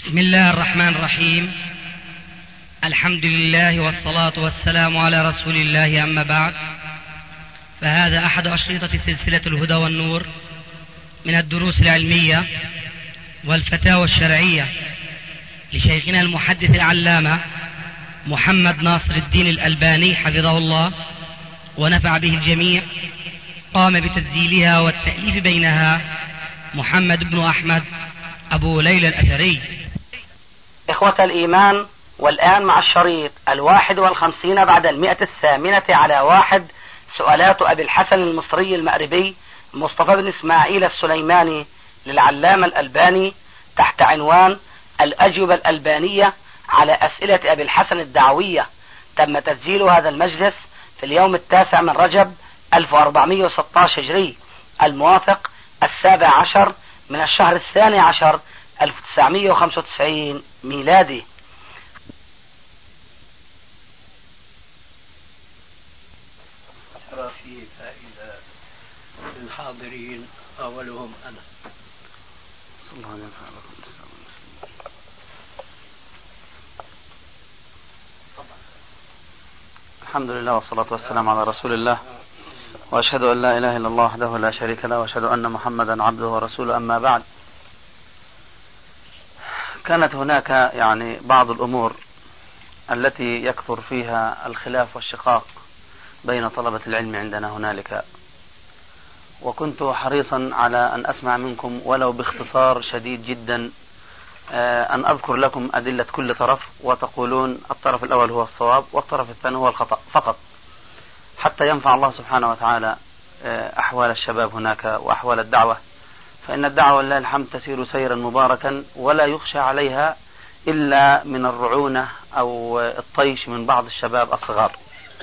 بسم الله الرحمن الرحيم. الحمد لله والصلاة والسلام على رسول الله، أما بعد، فهذا أحد أشرطة سلسلة الهدى والنور من الدروس العلمية والفتاوى الشرعية لشيخنا المحدث العلامة محمد ناصر الدين الألباني حفظه الله ونفع به الجميع. قام بتسجيلها والتأليف بينها محمد بن أحمد أبو ليلى الأثري. إخوة الإيمان، والآن مع الشريط 51 بعد 108 على 1 سؤالات أبي الحسن المصري المأربي مصطفى بن إسماعيل السليماني للعلامة الألباني تحت عنوان الأجوبة الألبانية على أسئلة أبي الحسن الدعوية. تم تسجيل هذا المجلس في اليوم 9 من رجب 1416 هجري، الموافق 17 من الشهر 12 1995 ميلادي. ترى فيه فائدة للحاضرين، أولهم أنا. صلى الله عليه وسلم. الحمد لله والصلاة والسلام على رسول الله، وأشهد أن لا إله إلا الله وحده لا شريك له، وأشهد أن محمدا عبده ورسوله، أما بعد. كانت هناك بعض الأمور التي يكثر فيها الخلاف والشقاق بين طلبة العلم عندنا هنالك، وكنت حريصا على أن أسمع منكم ولو باختصار شديد جدا أن أذكر لكم أدلة كل طرف، وتقولون الطرف الأول هو الصواب والطرف الثاني هو الخطأ فقط، حتى ينفع الله سبحانه وتعالى أحوال الشباب هناك وأحوال الدعوة، فإن الدعوة لله الحمد تسير سيرا مباركا ولا يخشى عليها إلا من الرعونة أو الطيش من بعض الشباب الصغار.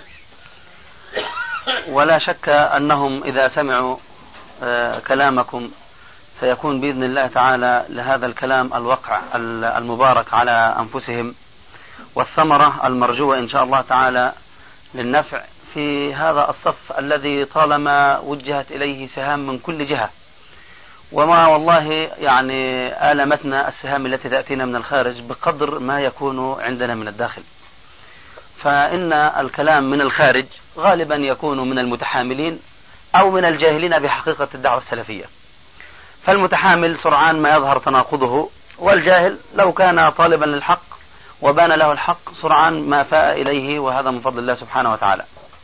ولا شك أنهم إذا سمعوا كلامكم سيكون بإذن الله تعالى لهذا الكلام الوقع المبارك على أنفسهم، والثمرة المرجوة إن شاء الله تعالى للنفع في هذا الصف الذي طالما وجهت إليه سهام من كل جهة، وما والله آلمتنا السهام التي تأتينا من الخارج بقدر ما يكون عندنا من الداخل. فإن الكلام من الخارج غالبا يكون من المتحاملين أو من الجاهلين بحقيقة الدعوة السلفية، فالمتحامل سرعان ما يظهر تناقضه، والجاهل لو كان طالبا للحق وبان له الحق سرعان ما فاء إليه، وهذا من فضل الله سبحانه وتعالى.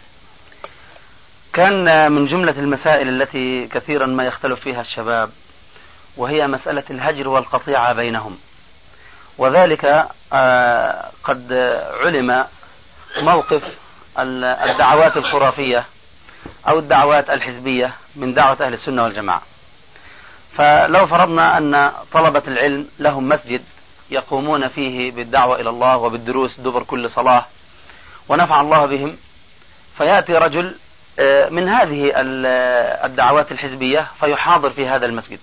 كان من جملة المسائل التي كثيرا ما يختلف فيها الشباب وهي مسألة الهجر والقطيعة بينهم، وذلك قد علم موقف الدعوات الخرافية أو الدعوات الحزبية من دعوة أهل السنة والجماعة. فلو فرضنا أن طلبة العلم لهم مسجد يقومون فيه بالدعوة إلى الله وبالدروس دبر كل صلاة ونفع الله بهم، فيأتي رجل من هذه الدعوات الحزبية فيحاضر في هذا المسجد،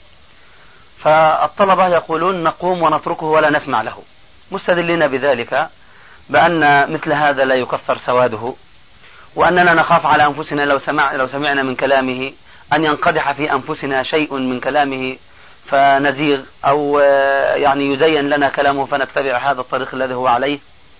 فالطلبة يقولون نقوم ونتركه ولا نسمع له، مستدلين بذلك بأن مثل هذا لا يكثر سواده، وأننا نخاف على أنفسنا لو سمعنا من كلامه أن ينقدح في أنفسنا شيء من كلامه فنزيغ، أو يزين لنا كلامه فنتبع هذا الطريق الذي هو عليه،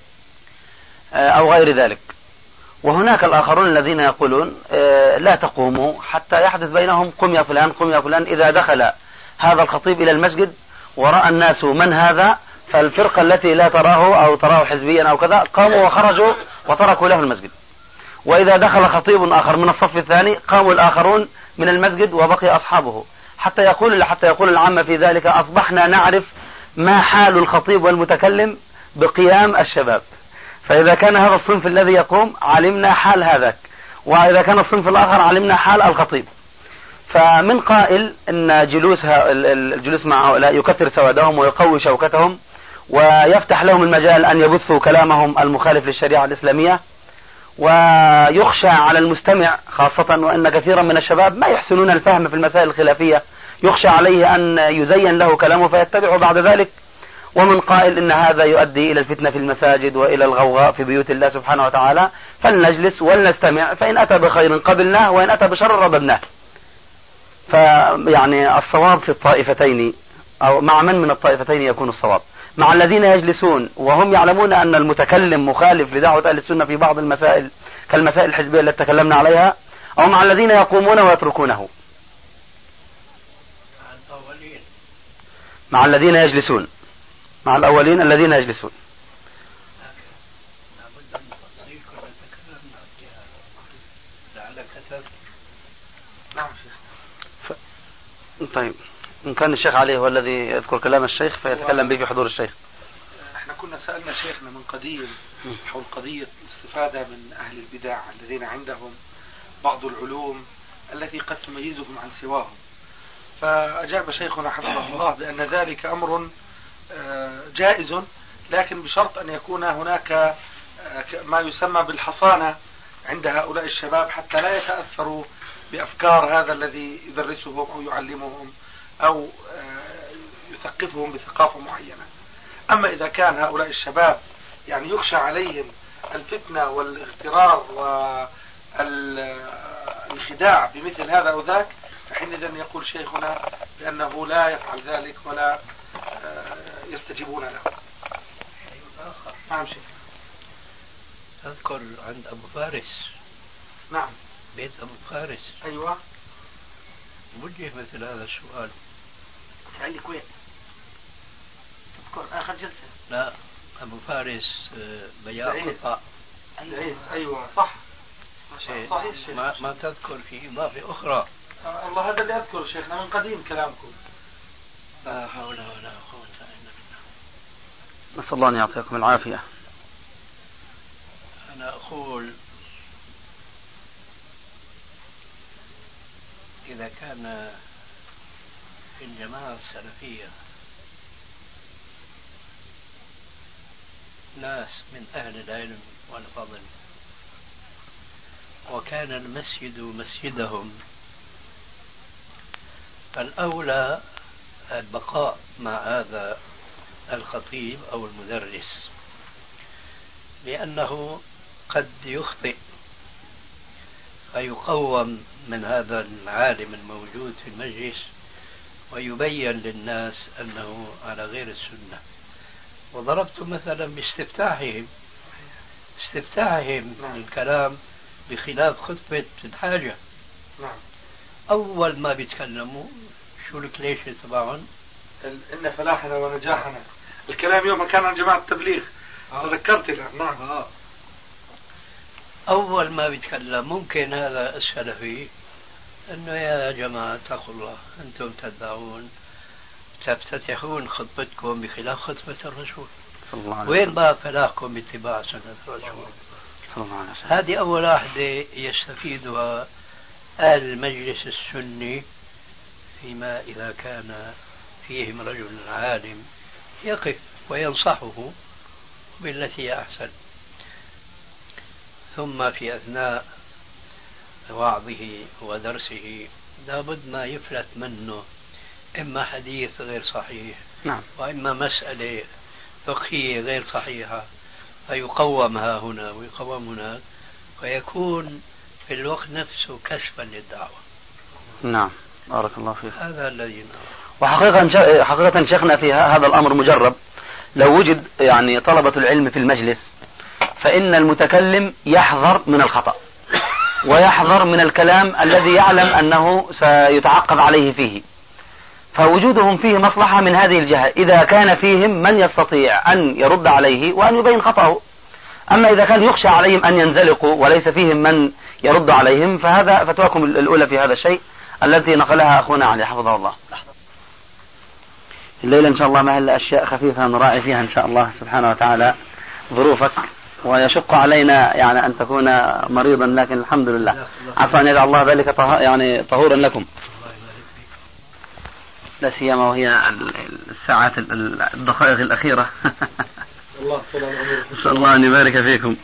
أو غير ذلك. وهناك الآخرون الذين يقولون لا تقوموا حتى يحدث بينهم قم يا فلان قم يا فلان. إذا دخل هذا الخطيب إلى المسجد ورأى الناس من هذا، فالفرقة التي لا تراه أو تراه حزبيا أو كذا قاموا وخرجوا وتركوا له المسجد. وإذا دخل خطيب آخر من الصف الثاني قاموا الآخرون من المسجد وبقي أصحابه، حتى يقول العامة في ذلك أصبحنا نعرف ما حال الخطيب والمتكلم بقيام الشباب. فإذا كان هذا الصنف الذي يقوم علمنا حال هذاك، وإذا كان الصنف الآخر علمنا حال الخطيب. فمن قائل أن الجلوس مع هؤلاء يكثر سوادهم ويقوي شوكتهم ويفتح لهم المجال أن يبثوا كلامهم المخالف للشريعة الإسلامية، ويخشى على المستمع خاصة وأن كثيرا من الشباب ما يحسنون الفهم في المسائل الخلافية، يخشى عليه أن يزين له كلامه فيتبعه بعد ذلك. ومن قائل إن هذا يؤدي إلى الفتنة في المساجد وإلى الغوغاء في بيوت الله سبحانه وتعالى، فلنجلس ولنستمع، فإن أتى بخير قبلناه وإن أتى بشر رددناه. الصواب في الطائفتين أو مع من الطائفتين يكون الصواب؟ مع الذين يجلسون وهم يعلمون أن المتكلم مخالف لدعوة أهل السنة في بعض المسائل كالمسائل الحزبية التي تكلمنا عليها، أو مع الذين يقومون ويتركونه؟ مع الذين يجلسون، مع الأولين الذين يجلسون. طيب إن كان الشيخ علي هو الذي يذكر كلام الشيخ فيتكلم به في حضور الشيخ. احنا كنا سألنا شيخنا من قديم حول قضية الاستفادة من أهل البدع الذين عندهم بعض العلوم التي قد تميزهم عن سواهم، فأجاب شيخنا حفظه الله بأن ذلك أمر جائز، لكن بشرط أن يكون هناك ما يسمى بالحصانة عند هؤلاء الشباب حتى لا يتأثروا بأفكار هذا الذي يدرسهم أو يعلمهم أو يثقفهم بثقافة معينة. أما إذا كان هؤلاء الشباب يعني يخشى عليهم الفتنة والاغترار والخداع بمثل هذا أو ذاك، فحينئذ يقول شيخنا بأنه لا يفعل ذلك ولا يستجيبون له. نعم شيخ. أذكر عند أبو فارس. نعم. بيت أبو فارس. أيوة. وجه مثل هذا السؤال. في الكويت. تذكر آخر جلسة. لا أبو فارس بياع قطع. أيوة صح. صحيح. ما تذكر في إضافة أخرى. الله هذا اللي أذكر شيخنا من قديم كلامكم. لا حول ولا قوة إلا بالله. نسأل الله أن يعطيكم العافية. أنا أقول إذا كان في الجماعة السلفية ناس من أهل العلم والفضل وكان المسجد مسجدهم، فالأولى البقاء مع هذا الخطيب أو المدرس، لأنه قد يخطئ فيقوم من هذا العالم الموجود في المجلس ويبين للناس أنه على غير السنة. وضربت مثلا باستفتاحهم الكلام بخلاف خطبة الحاجة. نعم. أول ما بيتكلموا شو الكليشة تبعهم؟ إن فلاحنا ونجاحنا. الكلام يوم كان عن جماعة التبليغ. تذكرت الآن. نعم. أول ما بيتكلم ممكن هذا السلفي أنه يا جماعة اتقوا الله، أنتم تدعون تفتتحون خطبتكم بخلاف خطبة الرسول، وين بقى فلاحكم باتباع سنة الرسول؟ هذه أول واحدة يستفيدها أهل المجلس السني فيما إذا كان فيهم رجل عالم يقف وينصحه بالتي هي أحسن. ثم في أثناء وعظه ودرسه لابد ما يفلت منه إما حديث غير صحيح، نعم، وإما مسألة فقهية غير صحيحة، فيقومها هنا ويقوم هناك، ويكون في الوقت نفسه كشفا للدعوة. نعم، بارك الله فيك. هذا الذي وحقيقة شيخنا في هذا الأمر مجرب. لو وجد يعني طلبة العلم في المجلس فإن المتكلم يحذر من الخطأ ويحذر من الكلام الذي يعلم أنه سيتعقب عليه فيه، فوجودهم فيه مصلحة من هذه الجهة إذا كان فيهم من يستطيع أن يرد عليه وأن يبين خطأه. أما إذا كان يخشى عليهم أن ينزلقوا وليس فيهم من يرد عليهم فهذا فتواكم الأولى في هذا الشيء التي نقلها أخونا علي حفظه الله. الليلة إن شاء الله ما هلا أشياء خفيفة نراعي فيها إن شاء الله سبحانه وتعالى ظروفك، ويشق علينا يعني أن تكون مريضا، لكن الحمد لله عسى أن يجعل الله ذلك يعني طهورا لكم، لا سيما وهي الساعات الدقائق الأخيرة. نسأل الله أن يبارك فيكم.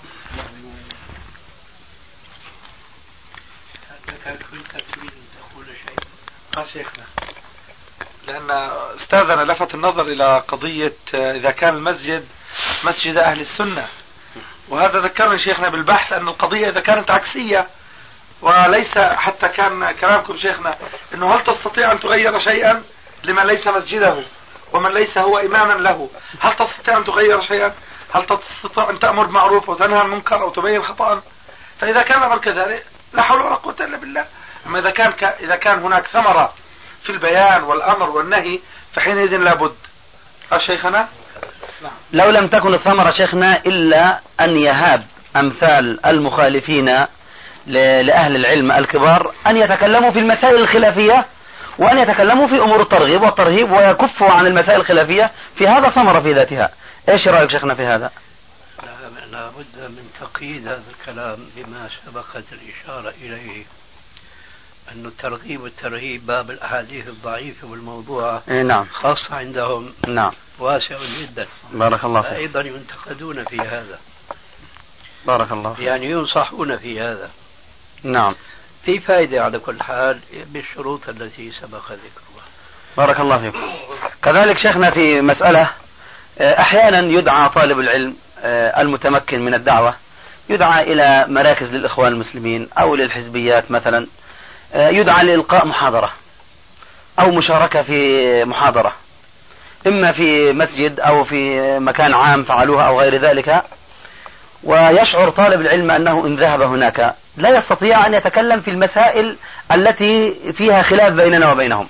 شيخنا لأن أستاذنا لفت النظر إلى قضية إذا كان المسجد مسجد أهل السنة، وهذا ذكرني شيخنا بالبحث أن القضية إذا كانت عكسية وليس حتى كان كلامكم شيخنا أنه هل تستطيع أن تغير شيئا لما ليس مسجده ومن ليس هو إماما له، هل تستطيع أن تغير شيئا؟ هل تستطيع أن تأمر بمعروف وتنهى عن المنكر أو تبين خطأ؟ فإذا كان الأمر كذلك لا حول ولا قوة إلا بالله. أما إذا كان هناك ثمرة في البيان والأمر والنهي فحينئذ لابد. شيخنا لو لم تكن الثمرة شيخنا إلا أن يهاب أمثال المخالفين لأهل العلم الكبار أن يتكلموا في المسائل الخلافية، وأن يتكلموا في أمور الترغيب والترهيب ويكفوا عن المسائل الخلافية، في هذا ثمرة في ذاتها. إيش رأيك شيخنا في هذا؟ لا بد من تقييد هذا الكلام بما سبقت الإشارة إليه، أن الترغيب والترهيب باب الأحاديث الضعيفة والموضوعة نعم خاصة عندهم نعم واسع جدا. بارك الله فيك. أيضا ينتقدون في هذا. بارك الله فيك. يعني ينصحون في هذا. نعم. في فائدة على كل حال بالشروط التي سبق ذكرها. بارك الله فيك. كذلك شيخنا في مسألة، أحيانا يدعى طالب العلم المتمكن من الدعوة يدعى إلى مراكز للإخوان المسلمين أو للحزبيات مثلا، يدعى لإلقاء محاضرة أو مشاركة في محاضرة، إما في مسجد أو في مكان عام فعلوها أو غير ذلك، ويشعر طالب العلم أنه إن ذهب هناك لا يستطيع أن يتكلم في المسائل التي فيها خلاف بيننا وبينهم،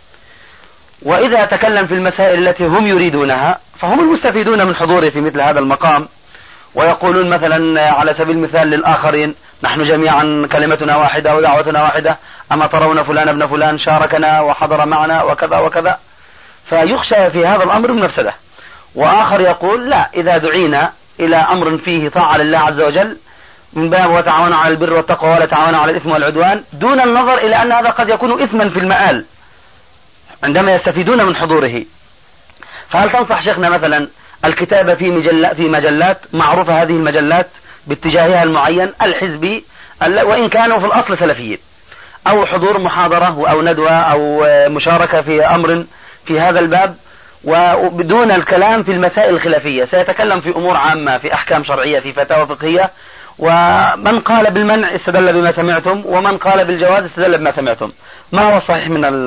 وإذا تكلم في المسائل التي هم يريدونها فهم المستفيدون من حضوره في مثل هذا المقام، ويقولون مثلا على سبيل المثال للآخرين: نحن جميعا كلمتنا واحدة ودعوتنا واحدة، أما ترون فلان ابن فلان شاركنا وحضر معنا وكذا وكذا، فيخشى في هذا الأمر مفسدة. وآخر يقول: لا، إذا دعينا إلى أمر فيه طاعة لله عز وجل من باب وتعاونوا على البر والتقوى ولا تعاونوا على الإثم والعدوان، دون النظر إلى أن هذا قد يكون إثما في المآل عندما يستفيدون من حضوره. فهل تنصح شيخنا مثلا الكتابة في مجلات معروفة، هذه المجلات باتجاهها المعين الحزبي وإن كانوا في الأصل سلفيين، أو حضور محاضرة أو ندوة أو مشاركة في أمر في هذا الباب، وبدون الكلام في المسائل الخلافية، سيتكلم في أمور عامة، في أحكام شرعية، في فتاوى فقهية، ومن قال بالمنع استدل بما سمعتم، ومن قال بالجواز استدل بما سمعتم. ما هو الصحيح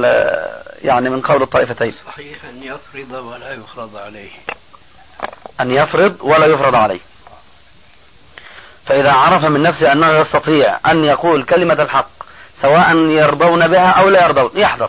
من قول الطائفتين؟ صحيح أن يفرض ولا يفرض عليه. أن يفرض ولا يفرض عليه. فإذا عرف من نفسه أنه يستطيع أن يقول كلمة الحق سواء يرضون بها أو لا يرضون يحذر.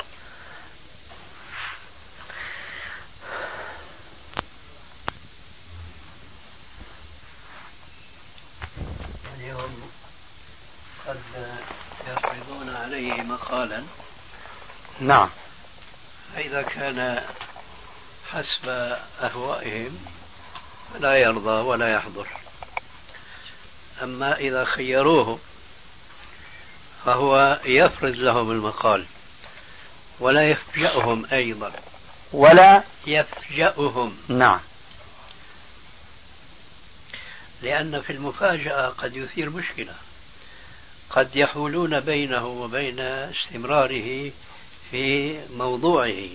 اليوم قد يفرضون عليه مقالا، نعم، فإذا كان حسب أهوائهم لا يرضى ولا يحضر. أما إذا خيروه فهو يفرض لهم المقال ولا يفجأهم أيضا، ولا يفجأهم. نعم. لأن في المفاجأة قد يثير مشكلة، قد يحولون بينه وبين استمراره في موضوعه،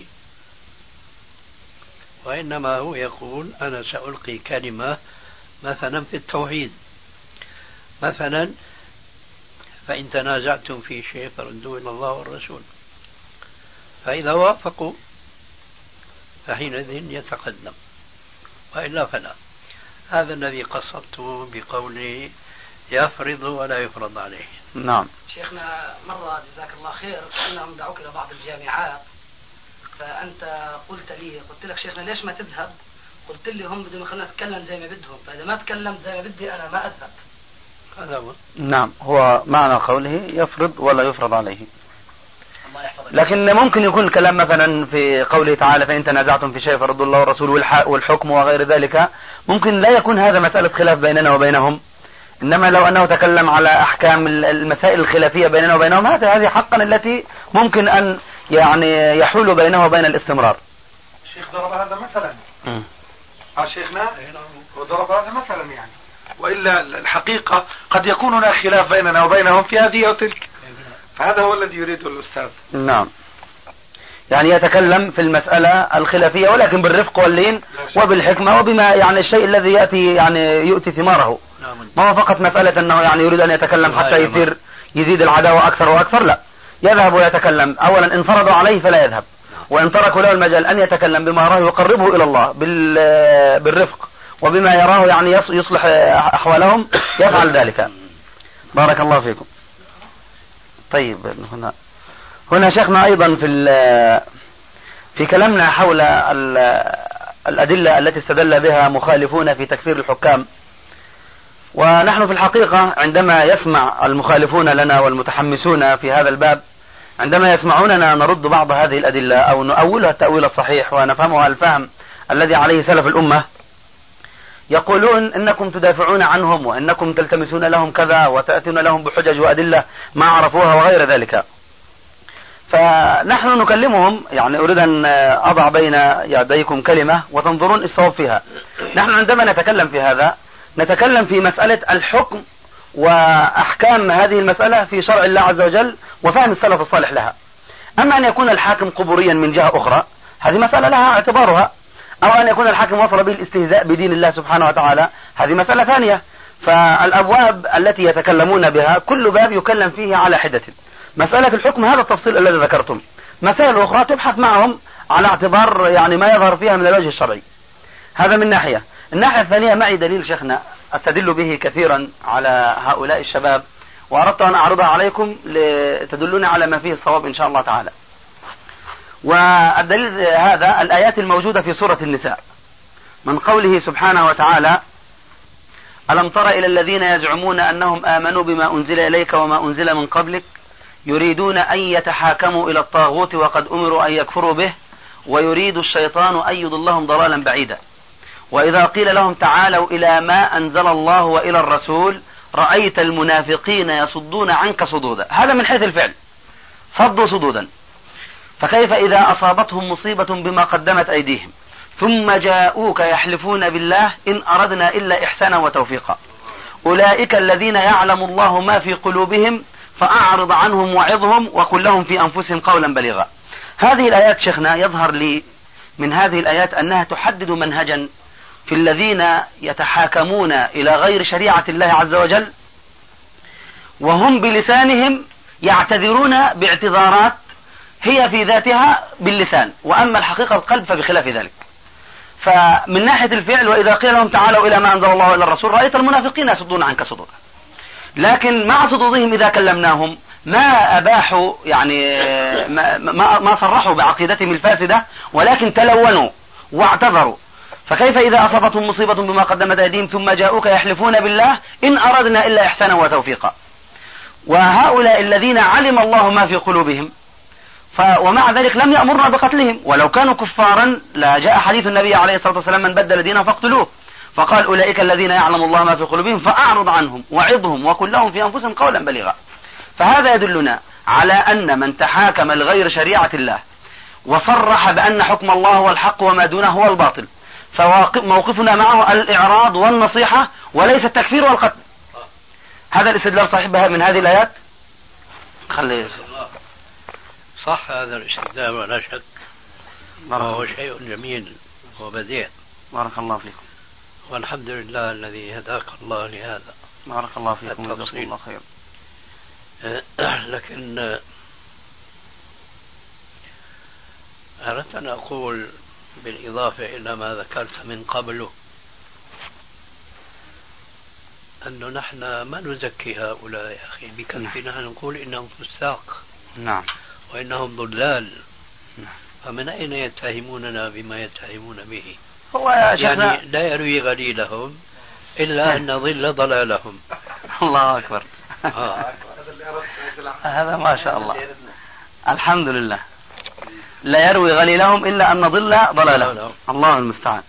وإنما هو يقول: أنا سألقي كلمة مثلا في التوحيد مثلا، فإن تنازعتم في شيء فردوه إلى الله والرسول، فإذا وافقوا فحينئذ يتقدم، وإلا فلا. هذا الذي قصدته بقولي يفرض ولا يفرض عليه. نعم. شيخنا مرة جزاك الله خير أنهم دعوك إلى بعض الجامعات، فأنت قلت لك شيخنا ليش ما تذهب؟ قلت لي هم بدهم يخلونا نتكلم زي ما بدهم، فإذا ما تكلمت زي ما بدي أنا ما أذهب. هذا هو. نعم، هو معنى قوله يفرض ولا يفرض عليه. لكن ممكن يكون الكلام مثلا في قوله تعالى: فإن تنازعتم في شيء فردوا الله والرسول والحكم وغير ذلك، ممكن لا يكون هذا مسألة خلاف بيننا وبينهم، إنما لو أنه تكلم على أحكام المسائل الخلافية بيننا وبينهم، هذه حقا التي ممكن أن يحول بينه وبين الاستمرار. الشيخ ضرب هذا مثلا. شيخنا وضرب هذا مثلا وإلا الحقيقة قد يكون هناك خلاف بيننا وبينهم في هذه وتلك، فهذا هو الذي يريده الأستاذ. نعم، يتكلم في المسألة الخلافية ولكن بالرفق واللين وبالحكمة وبما الشيء الذي يؤتي ثماره. ما هو فقط مسألة أنه يريد أن يتكلم حتى يزيد العداوة أكثر وأكثر، لا، يذهب ويتكلم. أولا إن فرضوا عليه فلا يذهب، وإن تركوا له المجال أن يتكلم بما يراه يقربه إلى الله بالرفق وبما يراه يعني يصلح أحوالهم يفعل ذلك. بارك الله فيكم. طيب هنا شيخنا أيضا في كلامنا حول الأدلة التي استدل بها مخالفون في تكفير الحكام، ونحن في الحقيقة عندما يسمع المخالفون لنا والمتحمسون في هذا الباب عندما يسمعوننا نرد بعض هذه الأدلة أو نؤولها التأويل الصحيح ونفهمها الفهم الذي عليه سلف الأمة، يقولون إنكم تدافعون عنهم وإنكم تلتمسون لهم كذا وتأتون لهم بحجج وأدلة ما عرفوها وغير ذلك. فنحن نكلمهم، يعني أريد أن أضع بين يديكم كلمة وتنظرون الصواب فيها. نحن عندما نتكلم في هذا نتكلم في مسألة الحكم وأحكام هذه المسألة في شرع الله عز وجل وفهم السلف الصالح لها. أما أن يكون الحاكم قبوريا من جهة أخرى هذه مسألة لها اعتبارها، أو أن يكون الحاكم وصل به الاستهزاء بدين الله سبحانه وتعالى هذه مسألة ثانية. فالأبواب التي يتكلمون بها كل باب يكلم فيه على حدة. مسألة الحكم هذا التفصيل الذي ذكرتم، مسائل أخرى تبحث معهم على اعتبار يعني ما يظهر فيها من الوجه الشرعي. هذا من ناحية. الناحية الثانية معي دليل شيخنا أستدل به كثيرا على هؤلاء الشباب، وأردت أن أعرضها عليكم لتدلون على ما فيه الصواب إن شاء الله تعالى. والدليل هذا الآيات الموجودة في سورة النساء من قوله سبحانه وتعالى: ألم تر إلى الذين يزعمون أنهم آمنوا بما أنزل إليك وما أنزل من قبلك يريدون أن يتحاكموا إلى الطاغوت وقد أمروا أن يكفروا به ويريد الشيطان أن يضلهم ضلالا بعيدا وإذا قيل لهم تعالوا إلى ما أنزل الله وإلى الرسول رأيت المنافقين يصدون عنك صدودا. هذا من حيث الفعل، صدوا صدودا. فكيف إذا أصابتهم مصيبة بما قدمت أيديهم ثم جاءوك يحلفون بالله إن أردنا إلا إحسانا وتوفيقا أولئك الذين يعلم الله ما في قلوبهم فأعرض عنهم وعظهم وقل لهم في أنفسهم قولا بليغا. هذه الآيات شيخنا يظهر لي من هذه الآيات أنها تحدد منهجا في الذين يتحاكمون إلى غير شريعة الله عز وجل وهم بلسانهم يعتذرون باعتذارات هي في ذاتها باللسان، وأما الحقيقة القلب فبخلاف ذلك. فمن ناحية الفعل وإذا قيل لهم تعالوا إلى ما أنزل الله وإلى الرسول رأيت المنافقين يصدون عنك صدودا، لكن مع صدودهم إذا كلمناهم ما أباحوا يعني ما صرحوا بعقيدتهم الفاسدة ولكن تلونوا واعتذروا. فكيف إذا أصابتهم مصيبة بما قدمت أيديهم ثم جاءوك يحلفون بالله إن أردنا إلا إحسانا وتوفيقا. وهؤلاء الذين علم الله ما في قلوبهم ومع ذلك لم يأمرنا بقتلهم، ولو كانوا كفارا لا جاء حديث النبي عليه الصلاة والسلام من بدل دينه فاقتلوه، فقال أولئك الذين يعلم الله ما في قلوبهم فأعرض عنهم وعظهم وقل لهم في أنفسهم قولا بليغا. فهذا يدلنا على أن من تحاكم لغير شريعة الله وصرح بأن حكم الله هو الحق وما دونه هو الباطل فموقفنا معه الإعراض والنصيحة وليس التكفير والقتل. هذا الاستدلال صحيح من هذه الآيات؟ خلي صح هذا الاستدلال ولا شك، وهو شيء جميل وبديع. بارك الله فيكم. والحمد لله الذي هداك الله لهذا. بارك الله فيكم وجزاكم الله خير. لكن أردت أن أقول بالإضافة إلى ما ذكرت من قبله أنه نحن ما نزكي هؤلاء يا أخي بكفنا نقول إنهم فساق. نعم. وإنهم ضلال. نعم. فمن أين يتهموننا بما يتهمون به؟ هو يعني لا يروي غليلهم إلا أن ضل ضلالهم. الله أكبر. هذا ما شاء الله. الحمد لله. لا يروي غليلهم إلا أن ضل ضلالهم. الله المستعان.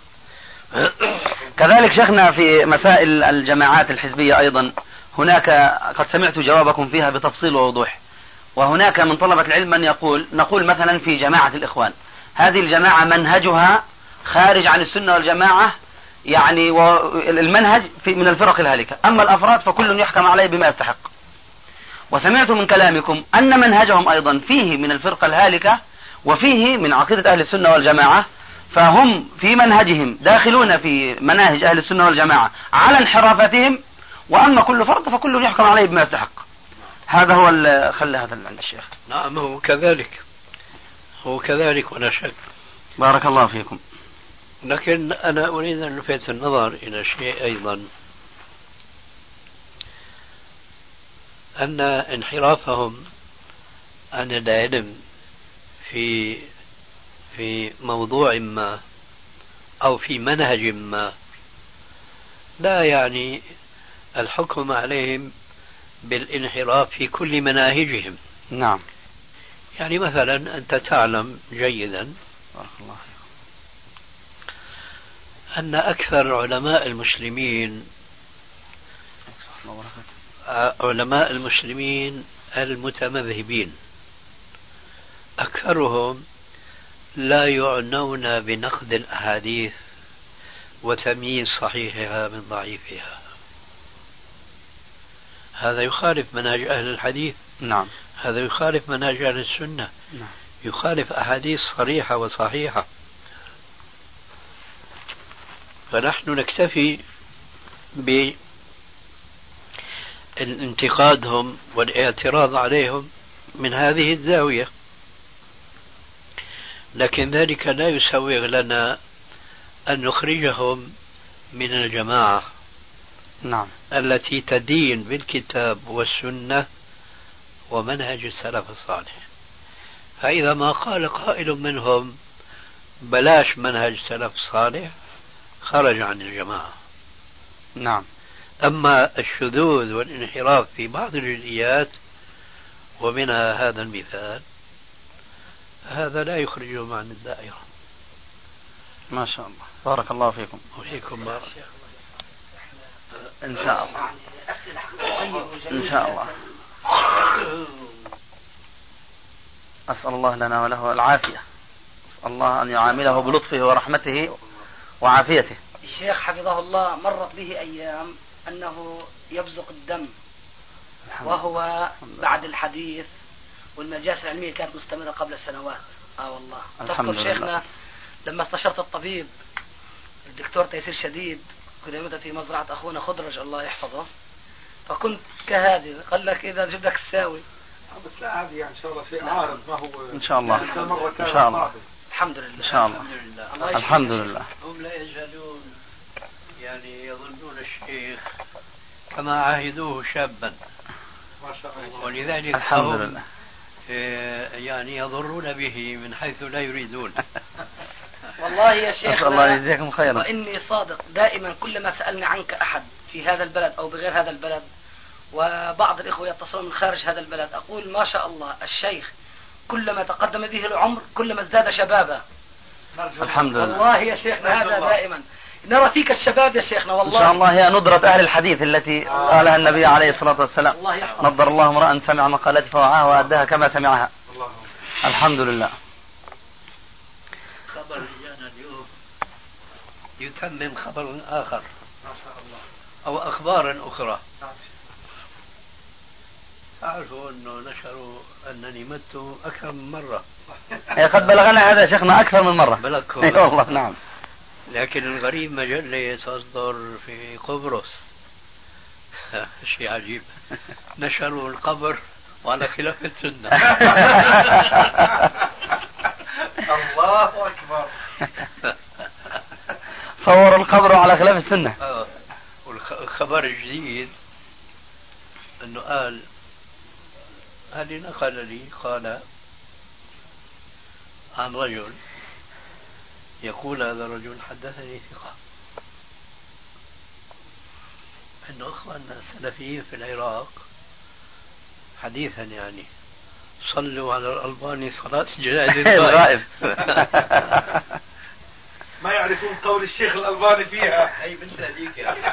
كذلك شيخنا في مسائل الجماعات الحزبية أيضا هناك قد سمعت جوابكم فيها بتفصيل ووضوح. وهناك من طلبة العلم من نقول مثلا في جماعة الإخوان هذه الجماعة منهجها خارج عن السنة والجماعة، يعني المنهج من الفرق الهالكة، أما الأفراد فكل يحكم عليه بما يستحق. وسمعت من كلامكم أن منهجهم أيضا فيه من الفرقة الهالكة وفيه من عقيدة أهل السنة والجماعة، فهم في منهجهم داخلون في مناهج أهل السنة والجماعة على انحرافتهم، وأما كل فرد فكل يحكم عليه بما يستحق. هذا هو خلى هذا عند الشيخ. نعم هو كذلك. هو كذلك ولا شك. بارك الله فيكم. لكن أنا أريد أن ألفت النظر إلى شيء أيضا، أن انحرافهم عن العلم في موضوع ما أو في منهج ما لا يعني الحكم عليهم بالانحراف في كل مناهجهم. نعم. يعني مثلا أنت تعلم جيدا بارك الله فيكم أن أكثر علماء المسلمين المتمذهبين أكثرهم لا يعنون بنقد الأحاديث وتمييز صحيحها من ضعيفها. هذا يخالف منهج أهل الحديث. نعم. هذا يخالف منهج أهل السنة. نعم. يخالف أحاديث صريحة وصحيحة. فنحن نكتفي بانتقادهم والاعتراض عليهم من هذه الزاوية، لكن ذلك لا يسوغ لنا أن نخرجهم من الجماعة. نعم. التي تدين بالكتاب والسنة ومنهج السلف الصالح. فإذا ما قال قائل منهم بلاش منهج السلف الصالح خرج عن الجماعة. نعم. أما الشذوذ والانحراف في بعض الجزئيات ومنها هذا المثال، هذا لا يخرجهم عن الدائرة. ما شاء الله. بارك الله فيكم. وفيكم بارك. إن شاء الله. إن شاء الله. أسأل الله لنا وله العافية. أسأل الله أن يعامله بلطفه ورحمته وعافيته. الشيخ حفظه الله مرت به أيام أنه يبزق الدم وهو بعد الحديث، والمجالس العلمية كانت مستمرة قبل سنوات. والله الحمد لله. شيخنا لما استشرت الطبيب الدكتور تيسير شديد كنت في مزرعة أخونا خضرج الله يحفظه، فكنت كهذه قال لك إذا جبتك الساوي. بس لا هذه يعني إن شاء الله شيء عارض ما هو إن شاء الله. إن شاء الله. الحمد لله. إن شاء الله. الحمد لله. هم لا يزالون يعني يظنون الشيخ كما عاهدوه شابا، ما شاء الله. ولذلك الحمد لله يعني يضرون به من حيث لا يريدون. والله يا شيخ الله يجزيكم خيرا. وإني صادق دائما كلما سألني عنك أحد في هذا البلد أو بغير هذا البلد، وبعض الإخوة يتصلون من خارج هذا البلد، أقول ما شاء الله الشيخ كلما تقدم به العمر كلما ازداد شبابا. الحمد لله. والله يا شيخنا هذا دائما نرى فيك الشباب يا شيخنا. والله إن شاء الله هي ندرة أهل الحديث التي قالها النبي عليه الصلاة والسلام. نضر الله امرأ سمع مقالتي فوعاها وأداها كما سمعها. الحمد لله. خبر جاءنا اليوم يتمم خبر آخر أو أخبارا أخرى. أعرفوا أنه نشروا أنني مت أكثر من مرة. قد بلغنا هذا شيخنا أكثر من مرة. بلغكم. والله نعم. لكن الغريب مجلة تصدر في قبرص شيء عجيب، نشروا القبر وعلى خلاف السنة. الله أكبر. صور القبر على خلاف السنة. والخبر الجديد أنه قال هل نقل لي قال عن رجل يقول هذا الرجل حدثني ثقة أنه أخواننا السلفيين في العراق حديثا يعني صلوا على الألباني صلاة جنازة الغائب. ما يعرفون قول الشيخ الألباني فيها. أي من ذلك.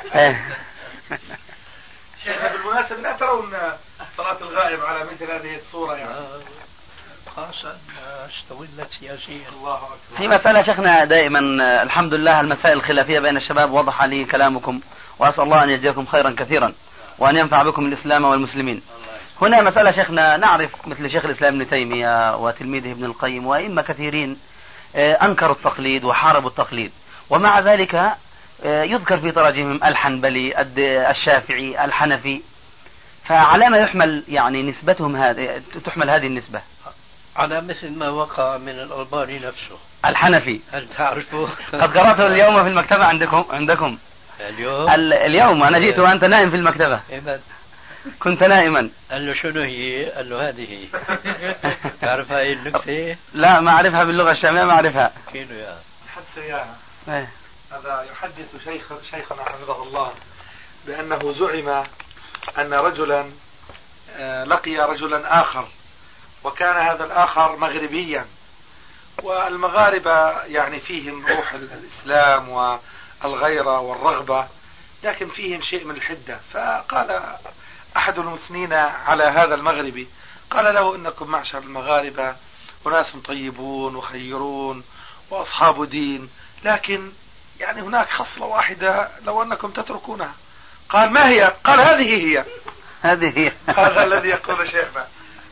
شيخنا بالمناسبة لا ترون صلاة الغائب على مثل هذه الصورة يعني. خاصة استولت سياسيا. الله أكبر. في مسألة شيخنا دائما الحمد لله المسائل الخلافية بين الشباب وضح لي كلامكم، وأسأل الله أن يجزيكم خيرا كثيرا وأن ينفع بكم الإسلام والمسلمين. هنا مسألة شيخنا نعرف مثل شيخ الإسلام ابن تيمية وتلميذه ابن القيم وإما كثيرين أنكروا التقليد وحاربوا التقليد، ومع ذلك يذكر في تراجمهم الحنبلي الشافعي الحنفي، فعلى ما يحمل يعني نسبتهم تحمل هذه النسبة؟ على مثل ما وقع من الألباني نفسه الحنفي. هل تعرفه؟ قد قرأته اليوم في المكتبة عندكم اليوم أنا جئت وأنت نائم في المكتبة. كنت نائما. قال له شنو هي؟ قال له هذه. تعرف هاي النكتة؟ لا ما أعرفها باللغة الشامية، ما أعرفها. كيلو يا حتى إياها. هذا يحدث شيخنا حفظه الله بأنه زعم أن رجلا لقي رجلا آخر، وكان هذا الآخر مغربيا، والمغاربة يعني فيهم روح الإسلام والغيرة والرغبة، لكن فيهم شيء من الحدة. فقال أحد المثنين على هذا المغربي، قال له إنكم معشر المغاربة وناس طيبون وخيرون وأصحاب دين، لكن يعني هناك خصلة واحدة لو أنكم تتركونها. قال ما هي؟ قال هذه هي. هذا الذي يقول شيخنا.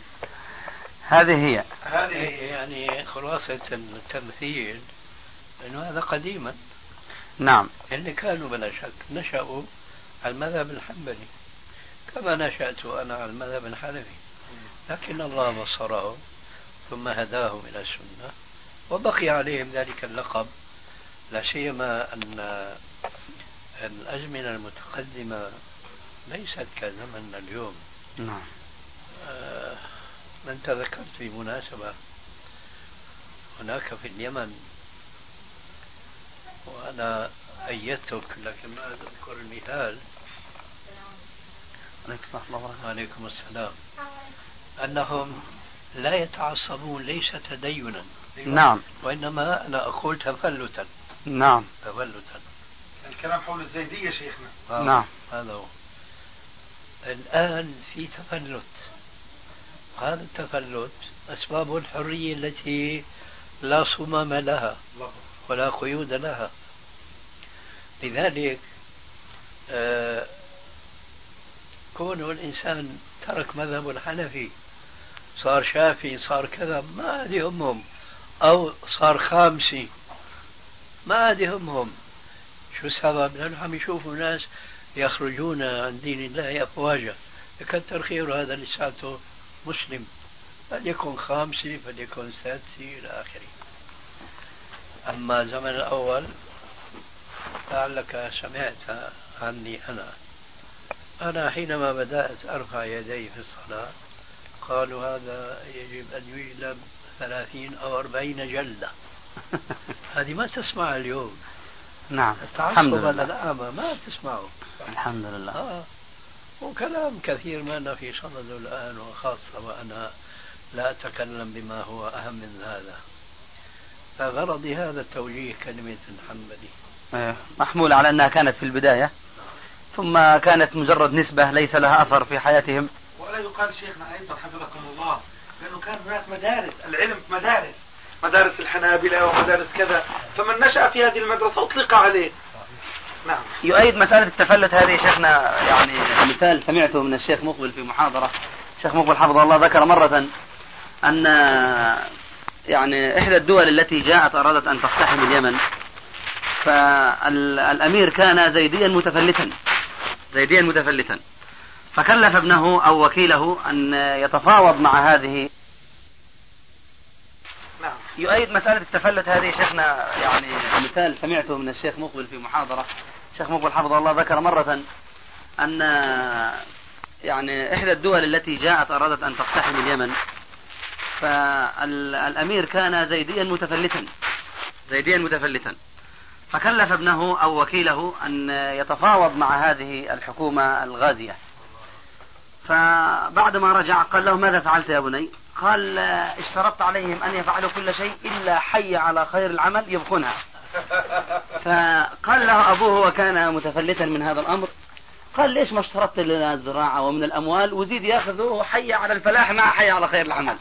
هذه هي يعني خلاصة التمثيل أنه هذا قديما. نعم. اللي كانوا بلا شك نشأوا على المذهب الحنبلي كما نشأت أنا على المذهب الحنفي، لكن الله بصرهم ثم هداهم إلى السنة وبقي عليهم ذلك اللقب، لا سيما أن الأزمنة المتقدمة ليست كزمننا اليوم. نعم. من تذكرت في مناسبة هناك في اليمن، وأنا أيدتك لكن ما أذكر المثال. عليكم السلام. أنهم لا يتعصبون ليس تدينا. نعم. وإنما أنا أقول تفلتا. نعم. تفلتا. الكلام حول الزيدية شيخنا. نعم. هذا هو. الآن في تفلت. هذا التفلت أسباب الحرية التي لا صمام لها ولا قيود لها. لذلك كون الإنسان ترك مذهب الحنفي صار شافعي صار كذا ما يهمهم، أو صار خامسي ما يهمهم. شو السبب؟ لأنه عم يشوفوا ناس يخرجون عن دين الله أفواجا، يكتر خير هذا لساته مسلم، فليكن خامسي فليكن سادسي إلى آخره. أما زمن الأول لعلك سمعت عني أنا حينما بدأت أرفع يدي في الصلاة قالوا هذا يجب أن يجلب 30 أو 40 جلدة. هذه ما تسمع اليوم. نعم. التعصب الأعمى ما تسمعه. الحمد لله. وكلام كثير ما في صدد الآن، وخاصة وأنا لا أتكلم بما هو أهم من هذا. فغرضي هذا التوجيه كلمة الحنبلي محمول على أنها كانت في البداية ثم كانت مجرد نسبة ليس لها أثر في حياتهم. ولا يقال شيخنا أيضا حفظكم الله لأنه كان هناك مدارس العلم، مدارس الحنابلة ومدارس كذا، فمن نشأ في هذه المدرسة أطلق عليه. نعم. يؤيد مسألة التفلت هذه شيخنا، يعني مثال سمعته من الشيخ مقبل في محاضرة. الشيخ مقبل حفظه الله ذكر مرة أن يعني إحدى الدول التي جاءت أرادت أن تقتحم اليمن، فالأمير كان زيديا متفلتا، فكلف ابنه أو وكيله أن يتفاوض مع هذه. نعم. يؤيد مسألة التفلت هذه شيخنا، يعني مثال سمعته من الشيخ مقبل في محاضرة. الشيخ مقبل حفظه الله ذكر مرة أن يعني إحدى الدول التي جاءت أرادت أن تقتحم اليمن، فالأمير كان زيديا متفلتا، فكلف ابنه أو وكيله أن يتفاوض مع هذه الحكومة الغازية. فبعدما رجع قال له ماذا فعلت يا بني؟ قال اشترطت عليهم أن يفعلوا كل شيء إلا حي على خير العمل يبقونها. فقال له أبوه وكان متفلتا من هذا الأمر، قال ليش ما اشترطت لنا الزراعة ومن الأموال وزيد يأخذه حي على الفلاح مع حي على خير العمل.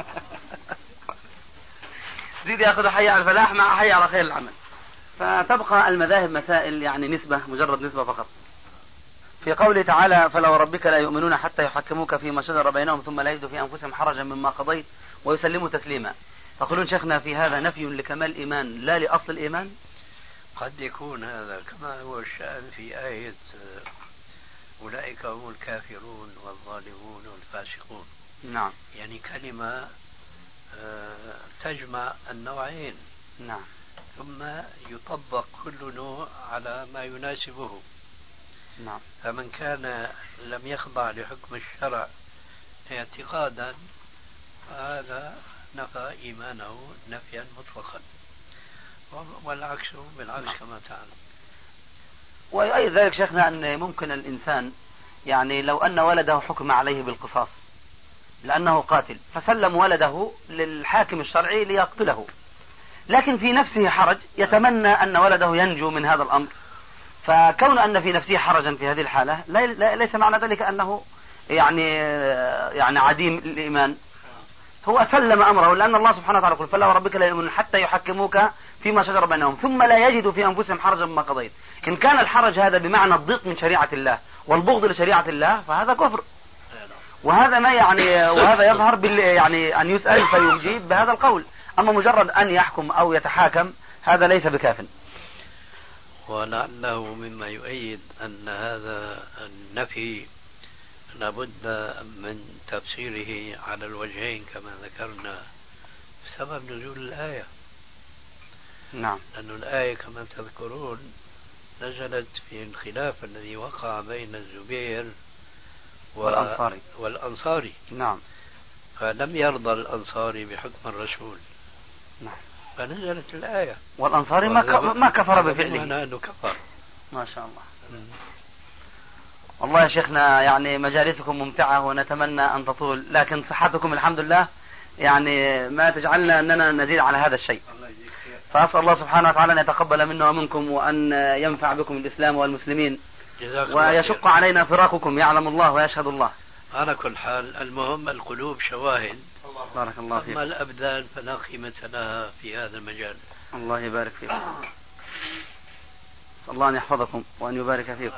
زيد يأخذه حي على الفلاح مع حي على خير العمل. فتبقى المذاهب مسائل يعني نسبة، مجرد نسبة فقط. في قوله تعالى فلو ربك لا يؤمنون حتى يحكموك فيما شجر بينهم ثم لا يجدوا في أنفسهم حرجا مما قضيت ويسلموا تسليما. تقولون شيخنا في هذا نفي لكمال الإيمان لا لأصل الإيمان؟ قد يكون هذا كما هو الشأن في آية أولئك هم الكافرون والظالمون والفاسقون. نعم. يعني كلمة تجمع النوعين. نعم. ثم يطبق كل نوع على ما يناسبه. نعم. فمن كان لم يخضع لحكم الشرع اعتقادا هذا نفى إيمانه نفيا مطلقا، والعكس بالعكس كما تعلم. وأي ذلك شيخنا أن ممكن الإنسان يعني لو أن ولده حكم عليه بالقصاص لأنه قاتل فسلم ولده للحاكم الشرعي ليقتله، لكن في نفسه حرج يتمنى أن ولده ينجو من هذا الأمر، فكون أن في نفسه حرجا في هذه الحالة ليس معنى ذلك أنه يعني عديم الإيمان، هو سلم أمره، لأن الله سبحانه وتعالى يقول فلا وربك لا يؤمنون حتى يحكموك فيما شجر بينهم ثم لا يجدوا في أنفسهم حرجا مما قضيت. إن كان الحرج هذا بمعنى الضيق من شريعة الله والبغض لشريعة الله فهذا كفر، وهذا ما يعني وهذا يظهر يعني أن يسأل فيجيب بهذا القول، أما مجرد أن يحكم أو يتحاكم هذا ليس بكاف. ولعله مما يؤيد أن هذا النفي لابد من تفسيره على الوجهين كما ذكرنا سبب نزول الآية. نعم. لأن الآية كما تذكرون نزلت في الخلاف الذي وقع بين الزبير والأنصاري. نعم. فلم يرضى الأنصاري بحكم الرسول. نعم. فنزلت الآية. والأنصاري ما كفر بفعله. أنه كفر. ما شاء الله. والله يا شيخنا يعني مجالسكم ممتعة ونتمنى أن تطول، لكن صحتكم الحمد لله يعني ما تجعلنا أننا نزيد على هذا الشيء. فأسأل الله سبحانه وتعالى أن يتقبل منا ومنكم وأن ينفع بكم الإسلام والمسلمين ويشق علينا فراقكم، يعلم الله ويشهد الله. على كل حال المهم القلوب شواهد. بارك الله فيك. أما الأبدان فلا قيمة لها في هذا المجال. الله يبارك فيكم. الله أن يحفظكم وأن يبارك فيكم.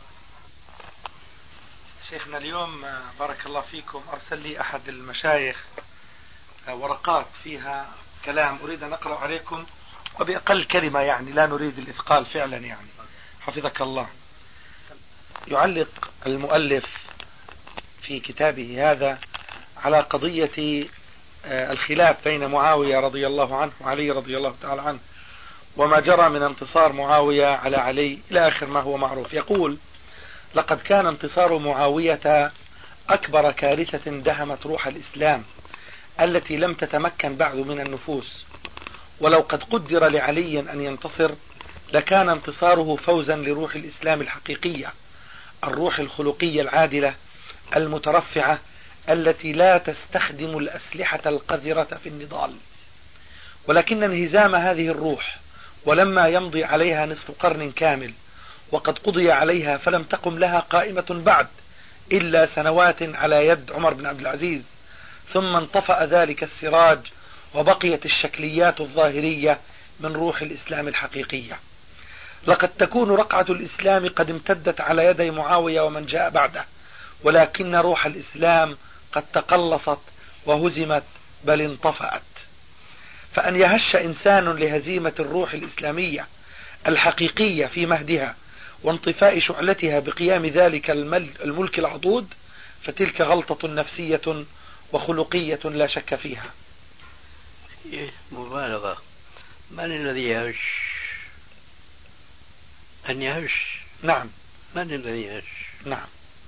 شيخنا اليوم بارك الله فيكم أرسل لي أحد المشايخ ورقات فيها كلام أريد أن أقرأ عليكم وبأقل كلمة، يعني لا نريد الإثقال فعلا، يعني حفظك الله. يعلق المؤلف في كتابه هذا على قضية الخلاف بين معاوية رضي الله عنه وعلي رضي الله تعالى عنه وما جرى من انتصار معاوية على علي إلى آخر ما هو معروف. يقول لقد كان انتصار معاوية أكبر كارثة دهمت روح الإسلام التي لم تتمكن بعد من النفوس، ولو قد قدر لعلي أن ينتصر لكان انتصاره فوزا لروح الإسلام الحقيقية، الروح الخلقية العادلة المترفعة التي لا تستخدم الأسلحة القذرة في النضال. ولكن انهزام هذه الروح ولما يمضي عليها نصف قرن كامل وقد قضي عليها فلم تقم لها قائمة بعد إلا سنوات على يد عمر بن عبد العزيز، ثم انطفأ ذلك السراج وبقيت الشكليات الظاهرية من روح الإسلام الحقيقية. لقد تكون رقعة الإسلام قد امتدت على يدي معاوية ومن جاء بعده، ولكن روح الإسلام قد تقلصت وهزمت بل انطفأت. فأن يهش إنسان لهزيمة الروح الإسلامية الحقيقية في مهدها وانطفاء شعلتها بقيام ذلك الملك العضوض فتلك غلطة نفسية وخلقية لا شك فيها. مبالغة. من الذي يهش؟ أن يهش. نعم. من الذي يهش؟ نعم.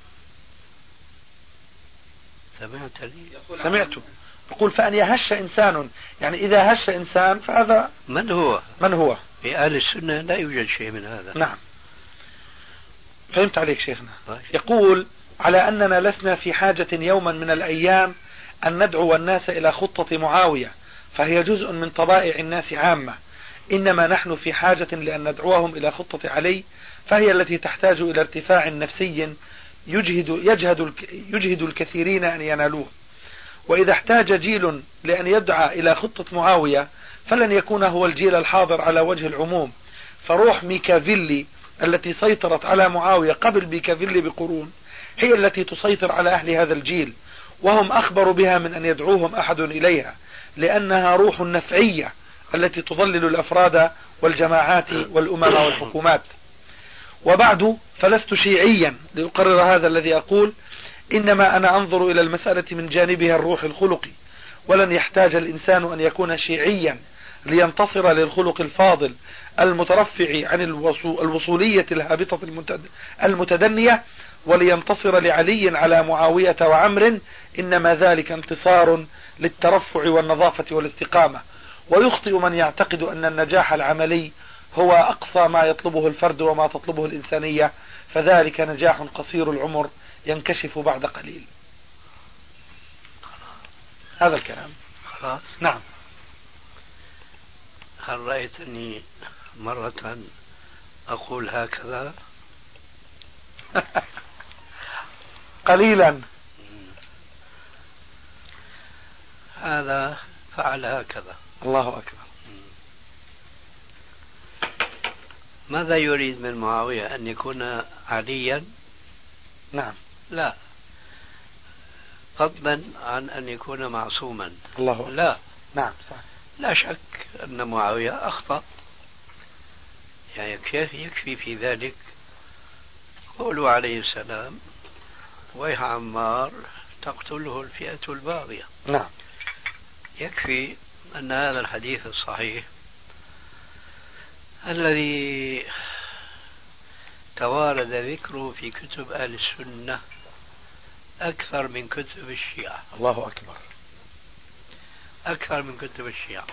سمعت لي؟ سمعته. يقول فأن يهش إنسان، يعني إذا هش إنسان فهذا من هو؟ من هو؟ في أهل السنة لا يوجد شيء من هذا. نعم. فهمت عليك شيخنا. يقول على أننا لسنا في حاجة يوما من الأيام أن ندعو الناس إلى خطة معاوية فهي جزء من طبائع الناس عامة، إنما نحن في حاجة لأن ندعوهم إلى خطة علي فهي التي تحتاج إلى ارتفاع نفسي يجهد الكثيرين أن ينالوه. وإذا احتاج جيل لأن يدعى إلى خطة معاوية فلن يكون هو الجيل الحاضر على وجه العموم، فروح ميكافيلي التي سيطرت على معاوية قبل ميكافيلي بقرون هي التي تسيطر على أهل هذا الجيل، وهم أخبر بها من أن يدعوهم أحد إليها، لأنها روح نفعية التي تضلل الأفراد والجماعات والأمم والحكومات. وبعد فلست شيعيا لأقرر هذا الذي أقول، إنما أنا أنظر إلى المسألة من جانبها الروح الخلقي، ولن يحتاج الإنسان أن يكون شيعيا لينتصر للخلق الفاضل المترفع عن الوصولية الهابطة المتدنية، ولينتصر لعلي على معاوية وعمر، إنما ذلك انتصار للترفع والنظافة والاستقامة. ويخطئ من يعتقد أن النجاح العملي هو أقصى ما يطلبه الفرد وما تطلبه الإنسانية، فذلك نجاح قصير العمر ينكشف بعد قليل. هذا الكلام. خلاص. نعم. هل رأيتني مرة أقول هكذا؟ قليلا. هذا فعل هكذا. الله أكبر. ماذا يريد من معاوية؟ أن يكون عليا؟ نعم. لا، فضلا عن أن يكون معصوما. الله أكبر. لا. نعم صح. لا شك أن معاوية أخطأ، يعني يكفي في ذلك قوله عليه السلام: ويح عمار تقتله الفئة الباغية. نعم. يكفي أن هذا الحديث الصحيح الذي توارد ذكره في كتب أهل السنة أكثر من كتب الشيعة. الله أكبر. أكثر من كتب الشيعة،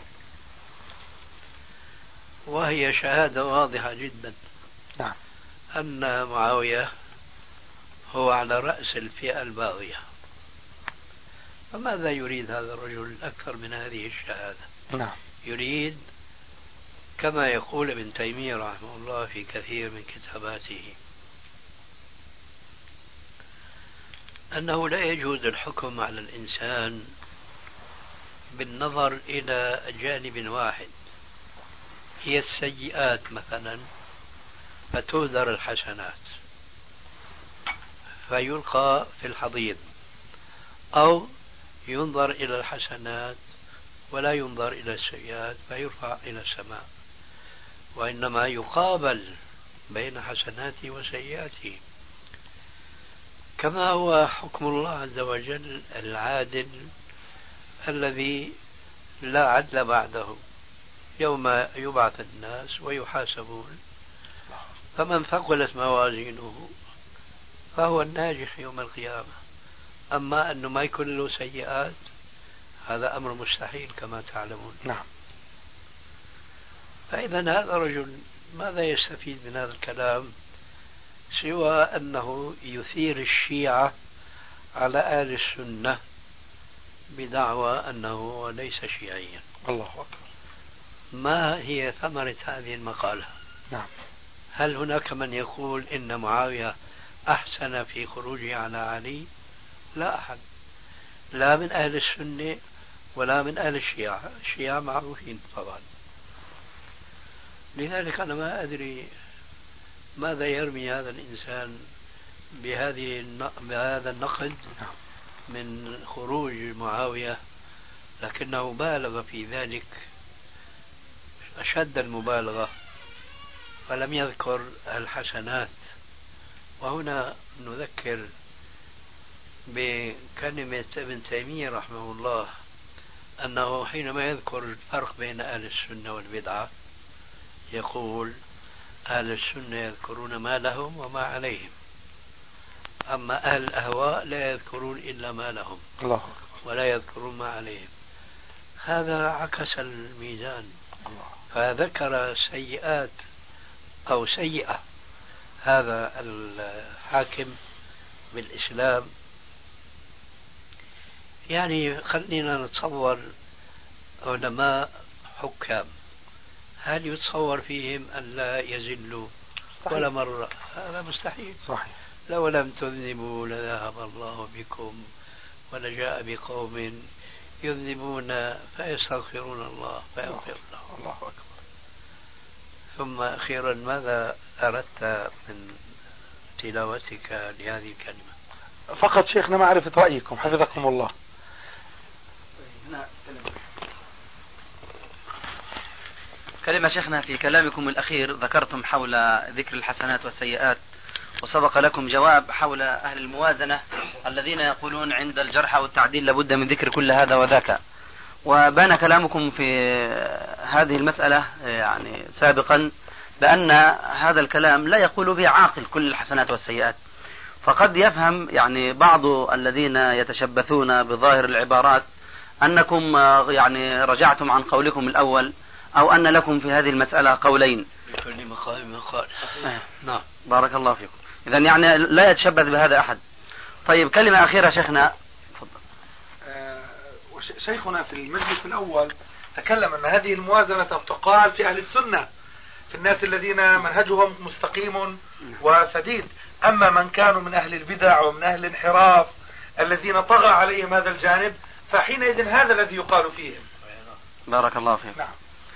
وهي شهادة واضحة جدا. نعم. أن معاوية هو على رأس الفئة الباغية. فماذا يريد هذا الرجل أكثر من هذه الشهادة؟ نعم. يريد كما يقول ابن تيمية رحمه الله في كثير من كتاباته أنه لا يجوز الحكم على الإنسان بالنظر إلى جانب واحد، هي السيئات مثلا، فتهدر الحسنات فيلقى في الحضيض، أو ينظر إلى الحسنات ولا ينظر إلى السيئات فيرفع إلى السماء، وإنما يقابل بين حسناته وسيئاته، كما هو حكم الله عز وجل العادل الذي لا عدل بعده، يوم يبعث الناس ويحاسبون، فمن ثقلت موازينه فهو الناجح يوم القيامة. أما أنه ما يكون له سيئات هذا أمر مستحيل كما تعلمون. نعم. فإذا هذا رجل ماذا يستفيد من هذا الكلام سوى أنه يثير الشيعة على أهل السنة بدعوى أنه ليس شيعيا. الله أكبر. ما هي ثمرة هذه المقالة؟ نعم. هل هناك من يقول إن معاوية أحسن في خروجه على علي؟ لا أحد، لا من أهل السنة ولا من أهل الشيعة. الشيعة معروفين طبعا. لذلك أنا ما أدري ماذا يرمي هذا الإنسان بهذا النقد من خروج معاوية، لكنه بالغ في ذلك أشد المبالغة، فلم يذكر الحسنات. وهنا نذكر بكلمة ابن تيمية رحمه الله أنه حينما يذكر الفرق بين أهل السنة والبدعة يقول: أهل السنة يذكرون ما لهم وما عليهم، أما أهل الأهواء لا يذكرون إلا ما لهم ولا يذكرون ما عليهم. هذا عكس الميزان، فذكر سيئات أو سيئة هذا الحاكم بالإسلام. يعني خلينا نتصور علماء حكام، هل يتصور فيهم أن لا يزلوا ولا مرة؟ هذا مستحيل. صحيح. لو لم تذنبوا لذهب الله بكم ولجاء بقوم يذنبون فيستغفرون الله فيغفر لهم. الله أكبر. ثم أخيرا، ماذا أردت من تلاوتك لهذه الكلمة؟ فقط شيخنا معرفة رأيكم حفظكم الله. كلمة شيخنا في كلامكم الأخير ذكرتم حول ذكر الحسنات والسيئات، وسبق لكم جواب حول أهل الموازنة الذين يقولون عند الجرح والتعديل لابد من ذكر كل هذا وذاك. وبان كلامكم في هذه المسألة يعني سابقا بأن هذا الكلام لا يقول به عاقل كل الحسنات والسيئات، فقد يفهم يعني بعض الذين يتشبثون بظاهر العبارات أنكم يعني رجعتم عن قولكم الأول، أو أن لكم في هذه المسألة قولين. لكل مقام مقال. نعم. بارك الله فيكم. إذن يعني لا يتشبث بهذا أحد. طيب كلمة أخيرة شيخنا. شيخنا في المجلس الأول تكلم أن هذه الموازنة تقال في أهل السنة، في الناس الذين منهجهم مستقيم وسديد. أما من كانوا من أهل البدع ومن أهل الانحراف الذين طغى عليهم هذا الجانب، فحينئذ هذا الذي يقال فيهم. بارك الله فيك. نعم.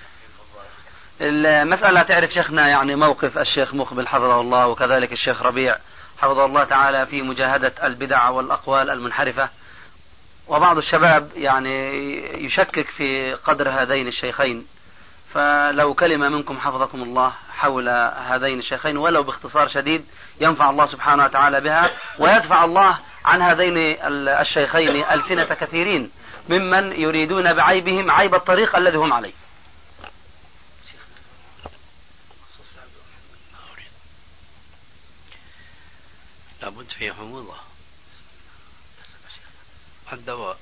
المسألة تعرف شيخنا يعني موقف الشيخ مقبل حفظه الله وكذلك الشيخ ربيع حفظه الله تعالى في مجاهدة البدع والأقوال المنحرفة، وبعض الشباب يعني يشكك في قدر هذين الشيخين، فلو كلمة منكم حفظكم الله حول هذين الشيخين ولو باختصار شديد ينفع الله سبحانه وتعالى بها، ويدفع الله عن هذين الشيخين ألسنة كثيرين ممن يريدون بعيبهم عيب الطريق الذي هم عليه. لابد في حموضة عن دواء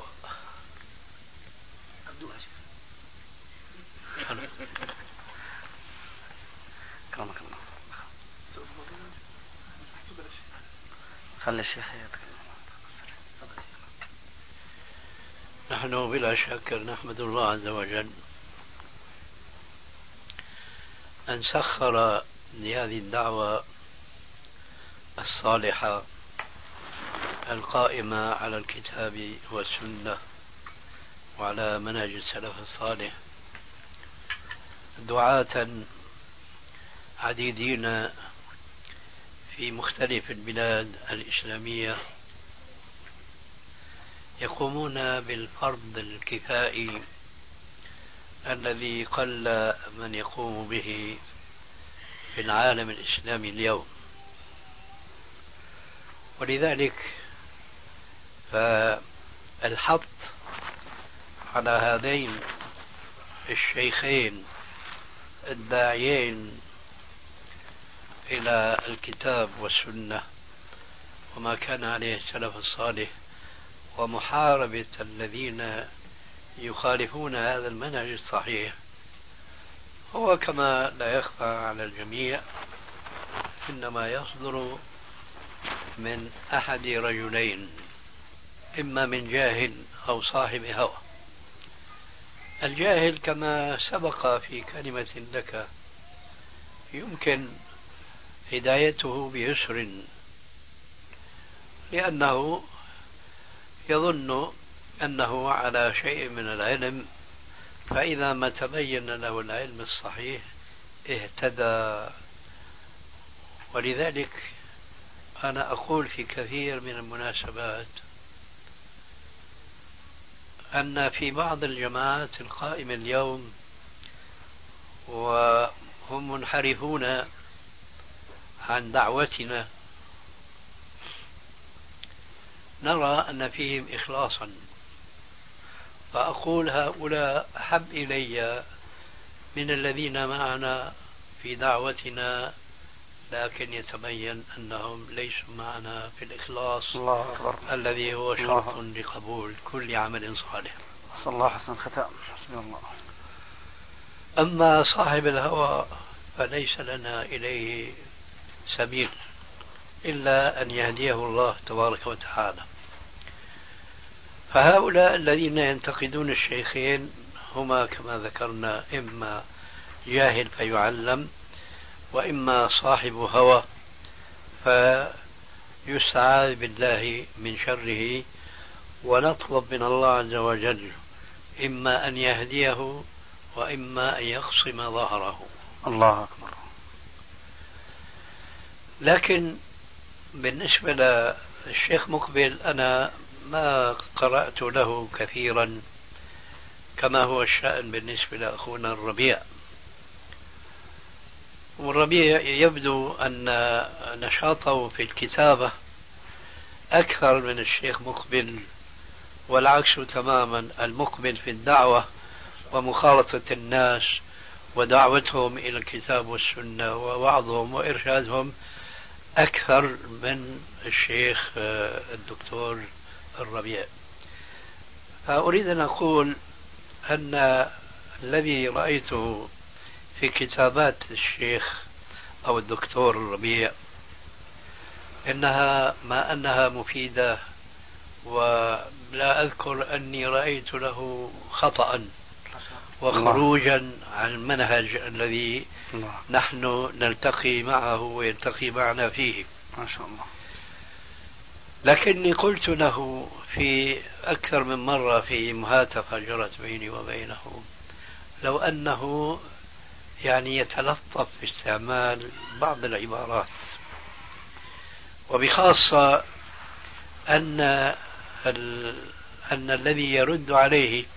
كرمك الله. خلي الشيخ يتكلم. نحن بلا شك نحمد الله عز وجل أن سخر لهذه الدعوة الصالحة القائمة على الكتاب والسنة وعلى منهج السلف الصالح دعاة عديدين في مختلف البلاد الإسلامية يقومون بالفرض الكفائي الذي قل من يقوم به في العالم الإسلامي اليوم. ولذلك فالحط على هذين الشيخين الداعيين إلى الكتاب والسنة وما كان عليه السلف الصالح ومحاربة الذين يخالفون هذا المنهج الصحيح هو كما لا يخفى على الجميع إنما يصدر من أحد رجلين، إما من جاهل أو صاحب هوى. الجاهل كما سبق في كلمة لك يمكن هدايته بيسر، لأنه يظن أنه على شيء من العلم، فإذا ما تبين له العلم الصحيح اهتدى. ولذلك أنا أقول في كثير من المناسبات أن في بعض الجماعات القائمة اليوم وهم منحرفون عن دعوتنا نرى أن فيهم إخلاصا، فأقول هؤلاء أحب إلي من الذين معنا في دعوتنا لكن يتبين أنهم ليسوا معنا في الإخلاص الذي هو شرط لقبول كل عمل صالح. صلى الله حسن الختام. الله. أما صاحب الهوى فليس لنا إليه سبيل إلا أن يهديه الله تبارك وتعالى. فهؤلاء الذين ينتقدون الشيخين هما كما ذكرنا إما جاهل فيعلم، وإما صاحب هوى فيستعاذ بالله من شره، ونطلب من الله عز وجل إما أن يهديه وإما أن يقصم ظهره. الله أكبر. لكن بالنسبة للشيخ مقبل أنا ما قرأت له كثيرا كما هو الشأن بالنسبة لأخونا الربيع. والربيع يبدو أن نشاطه في الكتابة أكثر من الشيخ مقبل، والعكس تماما، المقبل في الدعوة ومخالطة الناس ودعوتهم إلى الكتاب والسنة ووعظهم وإرشادهم أكثر من الشيخ الدكتور الربيع. فأريد أن أقول أن الذي رأيته في كتابات الشيخ أو الدكتور الربيع إنها ما أنها مفيدة، ولا أذكر أني رأيت له خطأ وخروجا عن المنهج الذي نحن نلتقي معه ويلتقي معنا فيه ما شاء الله. لكني قلت له في أكثر من مرة في مهاتفة جرت بيني وبينه لو أنه يعني يتلطف في استعمال بعض العبارات، وبخاصة أن الذي يرد عليه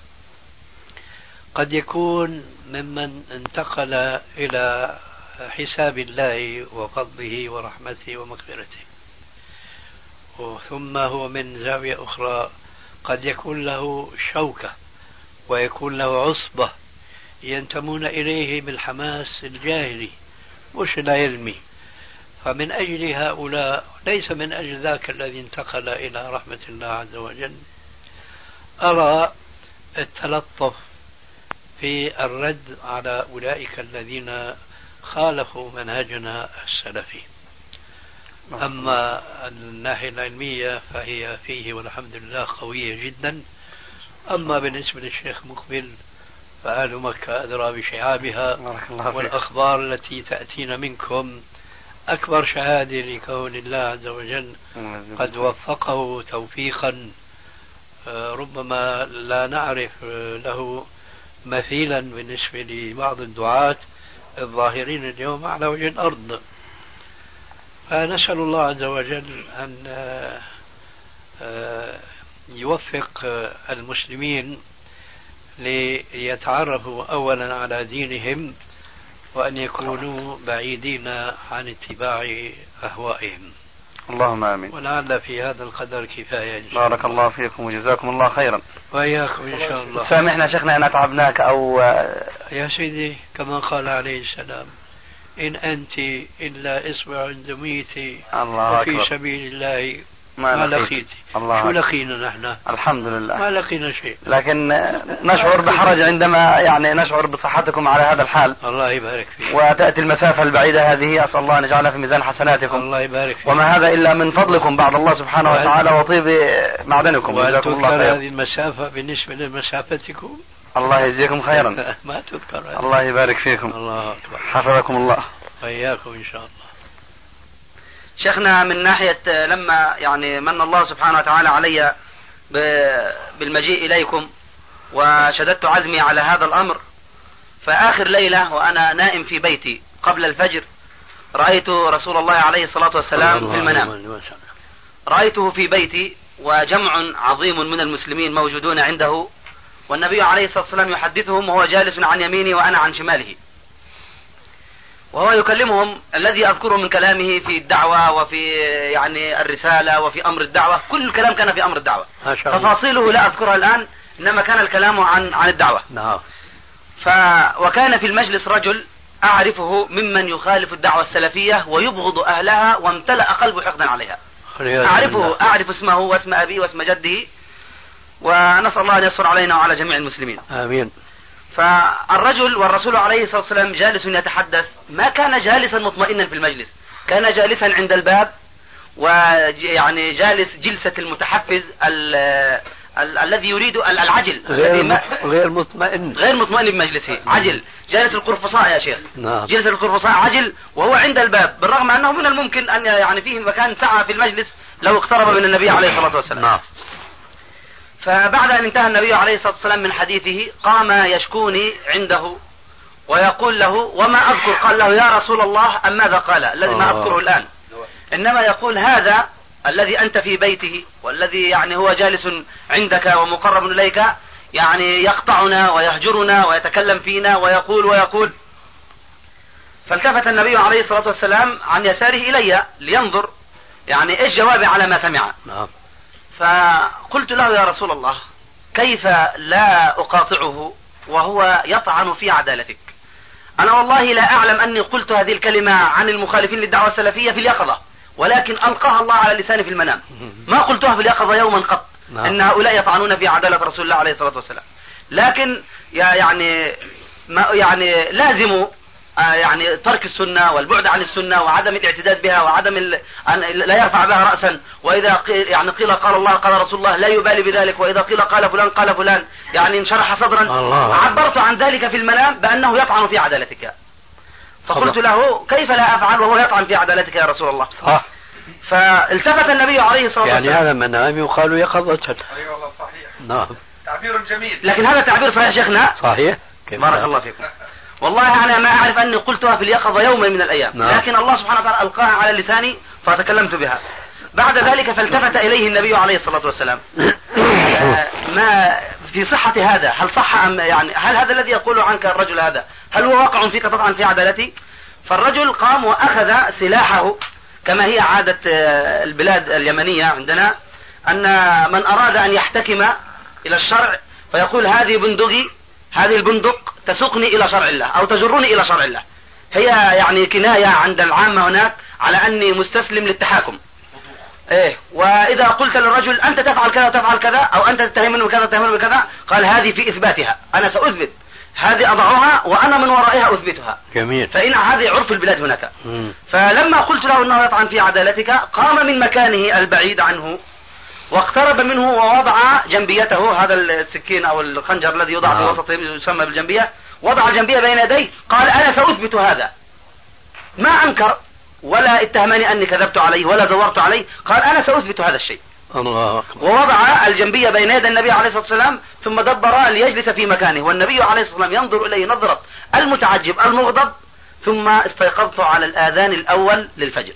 قد يكون ممن انتقل إلى حساب الله وفضله ورحمته ومغفرته، ثم هو من زاوية أخرى قد يكون له شوكة ويكون له عصبة ينتمون إليه بالحماس الجاهلي مش العلمي. فمن أجل هؤلاء ليس من أجل ذاك الذي انتقل إلى رحمة الله عز وجل أرى التلطف في الرد على أولئك الذين خالفوا منهجنا السلفي. أما الناحية العلمية فهي فيه والحمد لله قوية جدا. أما بالنسبة للشيخ مقبل فأهل مكة أدرى بشعابها، والأخبار التي تأتينا منكم أكبر شهادة لكون الله عز وجل قد وفقه توفيقا ربما لا نعرف له مثيلا بالنسبة لبعض الدعاة الظاهرين اليوم على وجه الأرض. فنسأل الله عز وجل أن يوفق المسلمين ليتعرفوا أولا على دينهم وأن يكونوا بعيدين عن اتباع أهوائهم. اللهم آمين. ولعل في هذا القدر كفاية. بارك الله فيكم وجزاكم الله خيرا. وإياكم إن شاء الله. سامحنا شيخنا أن أتعبناك أو يا سيدي كما قال عليه السلام إن أنت إلا إصبع عند ميتي وفي سبيل الله ما لقيتي. شو لقينا نحن؟ الحمد لله ما لقينا شيء، لكن نشعر بحرج عندما يعني نشعر بصحتكم على هذا الحال. الله يبارك فيك. وتأتي المسافة البعيدة هذه، أسأل الله أن يجعلها في ميزان حسناتكم. الله يبارك فيك. وما هذا إلا من فضلكم بعد الله سبحانه وتعالى وطيب معدنكم. وجزاكم الله خيرا. هذه المسافة بالنسبة لمسافتكم الله يجزيكم خيرا. ما تذكر. الله يبارك فيكم. الله أكبر. حفظكم الله. وإياكم إن شاء الله. شيخنا من ناحية لما يعني من الله سبحانه وتعالى علي بالمجيء إليكم وشددت عزمي على هذا الأمر، فآخر ليلة وأنا نائم في بيتي قبل الفجر رأيت رسول الله عليه الصلاة والسلام في المنام. رأيته في بيتي وجمع عظيم من المسلمين موجودون عنده، والنبي عليه الصلاة والسلام يحدثهم وهو جالس عن يميني وأنا عن شماله، وهو يكلمهم. الذي أذكره من كلامه في الدعوة وفي يعني الرسالة وفي أمر الدعوة، كل الكلام كان في أمر الدعوة، تفاصيله لا أذكرها الآن، إنما كان الكلام عن الدعوة. وكان في المجلس رجل أعرفه ممن يخالف الدعوة السلفية ويبغض أهلها وامتلأ قلبه حقدا عليها. أعرف اسمه واسم أبيه واسم جده، ونسأل الله أن يسر علينا وعلى جميع المسلمين. آمين. فالرجل والرسول عليه الصلاة والسلام جالس يتحدث، ما كان جالسا مطمئنا في المجلس، كان جالسا عند الباب، ويعني جالس جلسة المتحفز الذي يريد العجل، غير مطمئن بمجلسه، عجل، جالس القرفصاء يا شيخ. نعم. جلس القرفصاء عجل وهو عند الباب، بالرغم أنه من الممكن أن يعني فيه مكان سعة في المجلس لو اقترب من النبي عليه الصلاة والسلام. نعم. فبعد أن انتهى النبي عليه الصلاة والسلام من حديثه قام يشكوني عنده ويقول له وما أذكر، قال له يا رسول الله أم ماذا قال الذي ما أذكره الآن، إنما يقول هذا الذي أنت في بيته والذي يعني هو جالس عندك ومقرب إليك يعني يقطعنا ويهجرنا ويتكلم فينا ويقول. فالتفت النبي عليه الصلاة والسلام عن يساره إلي لينظر يعني إيش جوابي على ما سمع. فقلت له يا رسول الله كيف لا أقاطعه وهو يطعن في عدالتك؟ أنا والله لا أعلم أني قلت هذه الكلمة عن المخالفين للدعوة السلفية في اليقظة، ولكن ألقاها الله على لساني في المنام، ما قلتها في اليقظة يوما قط أن هؤلاء يطعنون في عدالة رسول الله عليه الصلاة والسلام. لكن يعني لازم يعني ترك السنة والبعد عن السنة وعدم الاعتداد بها وعدم أن لا يرفع بها رأسا، وإذا قيل قال الله قال رسول الله لا يبالي بذلك، وإذا قيل قال فلان قال فلان يعني انشرح صدرا. عبرت عن ذلك في المنام بأنه يطعن في عدالتك، فقلت له كيف لا أفعل وهو يطعن في عدالتك يا رسول الله؟ صح. فالتفت النبي عليه الصلاة والسلام، يعني هذا منام يقال يقظة. أي والله صحيح. نعم. تعبير جميل. لكن هذا تعبير صحيح شيخنا. صحيح. بارك الله فيكم. والله أنا ما أعرف أني قلتها في اليقظة يوما من الأيام، لكن الله سبحانه وتعالى ألقاها على لساني فتكلمت بها. بعد ذلك فالتفت إليه النبي عليه الصلاة والسلام ما في صحة هذا؟ هل صح أم يعني هل هذا الذي يقول عنك الرجل هذا هل هو واقع فيك تطعن في عدالتي؟ فالرجل قام وأخذ سلاحه كما هي عادة البلاد اليمنية عندنا، أن من أراد أن يحتكم إلى الشرع فيقول هذه بندقي، هذه البندق تسوقني إلى شرع الله أو تجرني إلى شرع الله. هي يعني كناية عند العامة هناك على أني مستسلم للتحاكم. إيه، وإذا قلت للرجل أنت تفعل كذا وتفعل كذا أو أنت تتهمني بكذا وتتهمني بكذا، قال هذه في إثباتها، أنا سأثبت هذه أضعها وأنا من ورائها أثبتها. جميل. فإن هذه عرف البلاد هناك. فلما قلت له أنه يطعن في عدالتك قام من مكانه البعيد عنه واقترب منه ووضع جنبيته، هذا السكين أو الخنجر الذي يوضع في وسطه يسمى بالجنبية، وضع الجنبية بين يديه، قال أنا سأثبت هذا. ما أنكر ولا اتهمني أني كذبت عليه ولا زورت عليه، قال أنا سأثبت هذا الشيء. الله أكبر. ووضع الجنبية بين يدي النبي عليه الصلاة والسلام ثم دبر ليجلس في مكانه، والنبي عليه الصلاة والسلام ينظر إليه نظرة المتعجب المغضب. ثم استيقظت على الآذان الأول للفجر.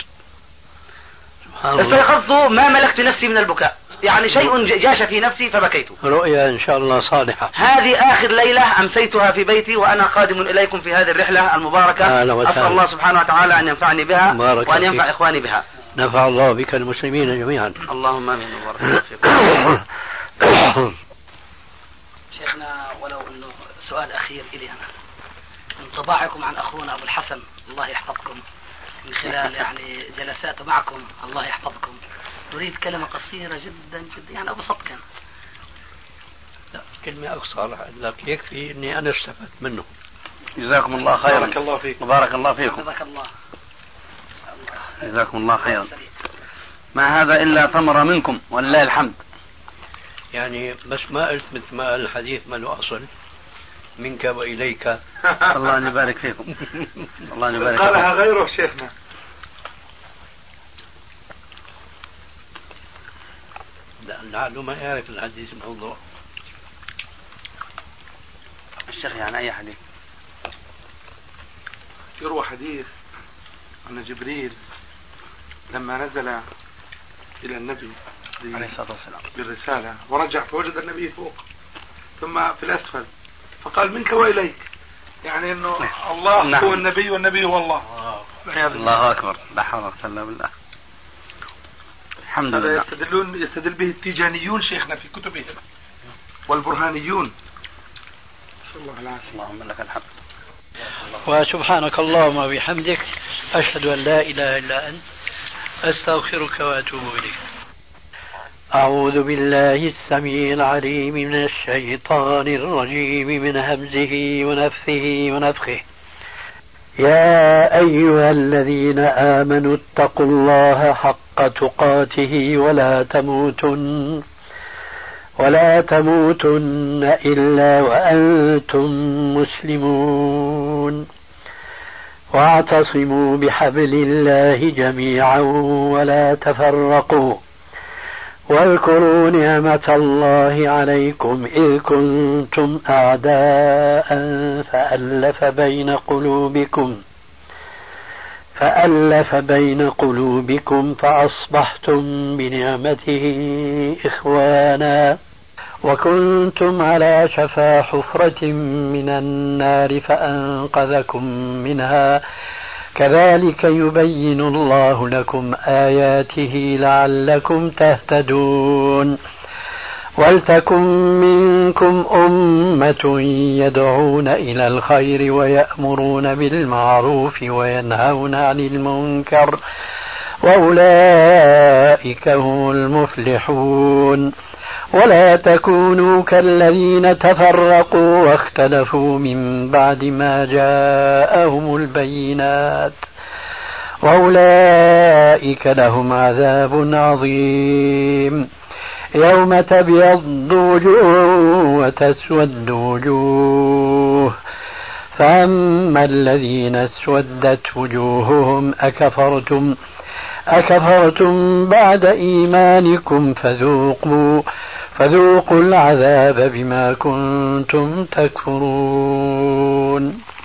استيقظت ما ملكت نفسي من البكاء، يعني شيء جاش في نفسي فبكيت. رؤيا إن شاء الله صالحة. هذه آخر ليلة أمسيتها في بيتي وأنا قادم إليكم في هذه الرحلة المباركة. أسأل الله سبحانه وتعالى أن ينفعني بها وأن ينفع إخواني بها. نفع الله بك المسلمين جميعا. اللهم آمين. وبارك الله فيكم. شيخنا ولو أنه سؤال أخير إلي أنا، انطباعكم عن أخونا أبو الحسن الله يحفظكم من خلال يعني جلسات معكم، الله يحفظكم. نريد كلمة قصيرة جدا جدا يعني أبسط كان. لا كلمة أقصر لك يكفي إني أنا استفدت منه. جزاكم الله خيرا. بارك الله فيكم. بارك الله فيكم. جزاك الله. جزاكم الله خيرا. ما هذا إلا ثمرة منكم ولله الحمد. يعني بس ما قلت مثل ما قال الحديث ما له أصل، منك وإليك. الله أن يبارك فيكم. الله أن يبارك فيكم. قالها غيره شيخنا. لعله ما يعرف الحديث الموضوع. الشيخ يعني أي حديث؟ يروى حديث أن جبريل لما نزل إلى النبي عليه الصلاة والسلام بالرسالة ورجع فوجد النبي فوق ثم في الأسفل، فقال منك وإليك، يعني أنه الله هو النبي والنبي هو الله. الله أكبر. لا حول ولا قوة إلا بالله. الحمد لله. يستدل به التيجانيون شيخنا في كتبهم والبرهانيون. الله العافية. اللهم لك الحمد. وسبحانك اللهم وبحمدك أشهد أن لا إله إلا أنت أستغفرك وأتوب إليك. أعوذ بالله السميع العليم من الشيطان الرجيم من همزه ونفثه ونفخه. يا أيها الذين آمنوا اتقوا الله حق تقاته ولا تموتن إلا وأنتم مسلمون، واعتصموا بحبل الله جميعا ولا تفرقوا، واذكروا نعمة الله عليكم إذ كنتم أعداء فألف بين قلوبكم فأصبحتم بنعمته إخوانا، وكنتم على شفا حفرة من النار فأنقذكم منها كذلك يبين الله لكم آياته لعلكم تهتدون ولتكن منكم أمة يدعون إلى الخير ويأمرون بالمعروف وينهون عن المنكر وأولئك هم المفلحون ولا تكونوا كالذين تفرقوا واختلفوا من بعد ما جاءهم البينات وأولئك لهم عذاب عظيم يوم تبيض وجوه وتسود وجوه فأما الذين اسودت وجوههم أكفرتم بعد إيمانكم فذوقوا العذاب بما كنتم تكفرون.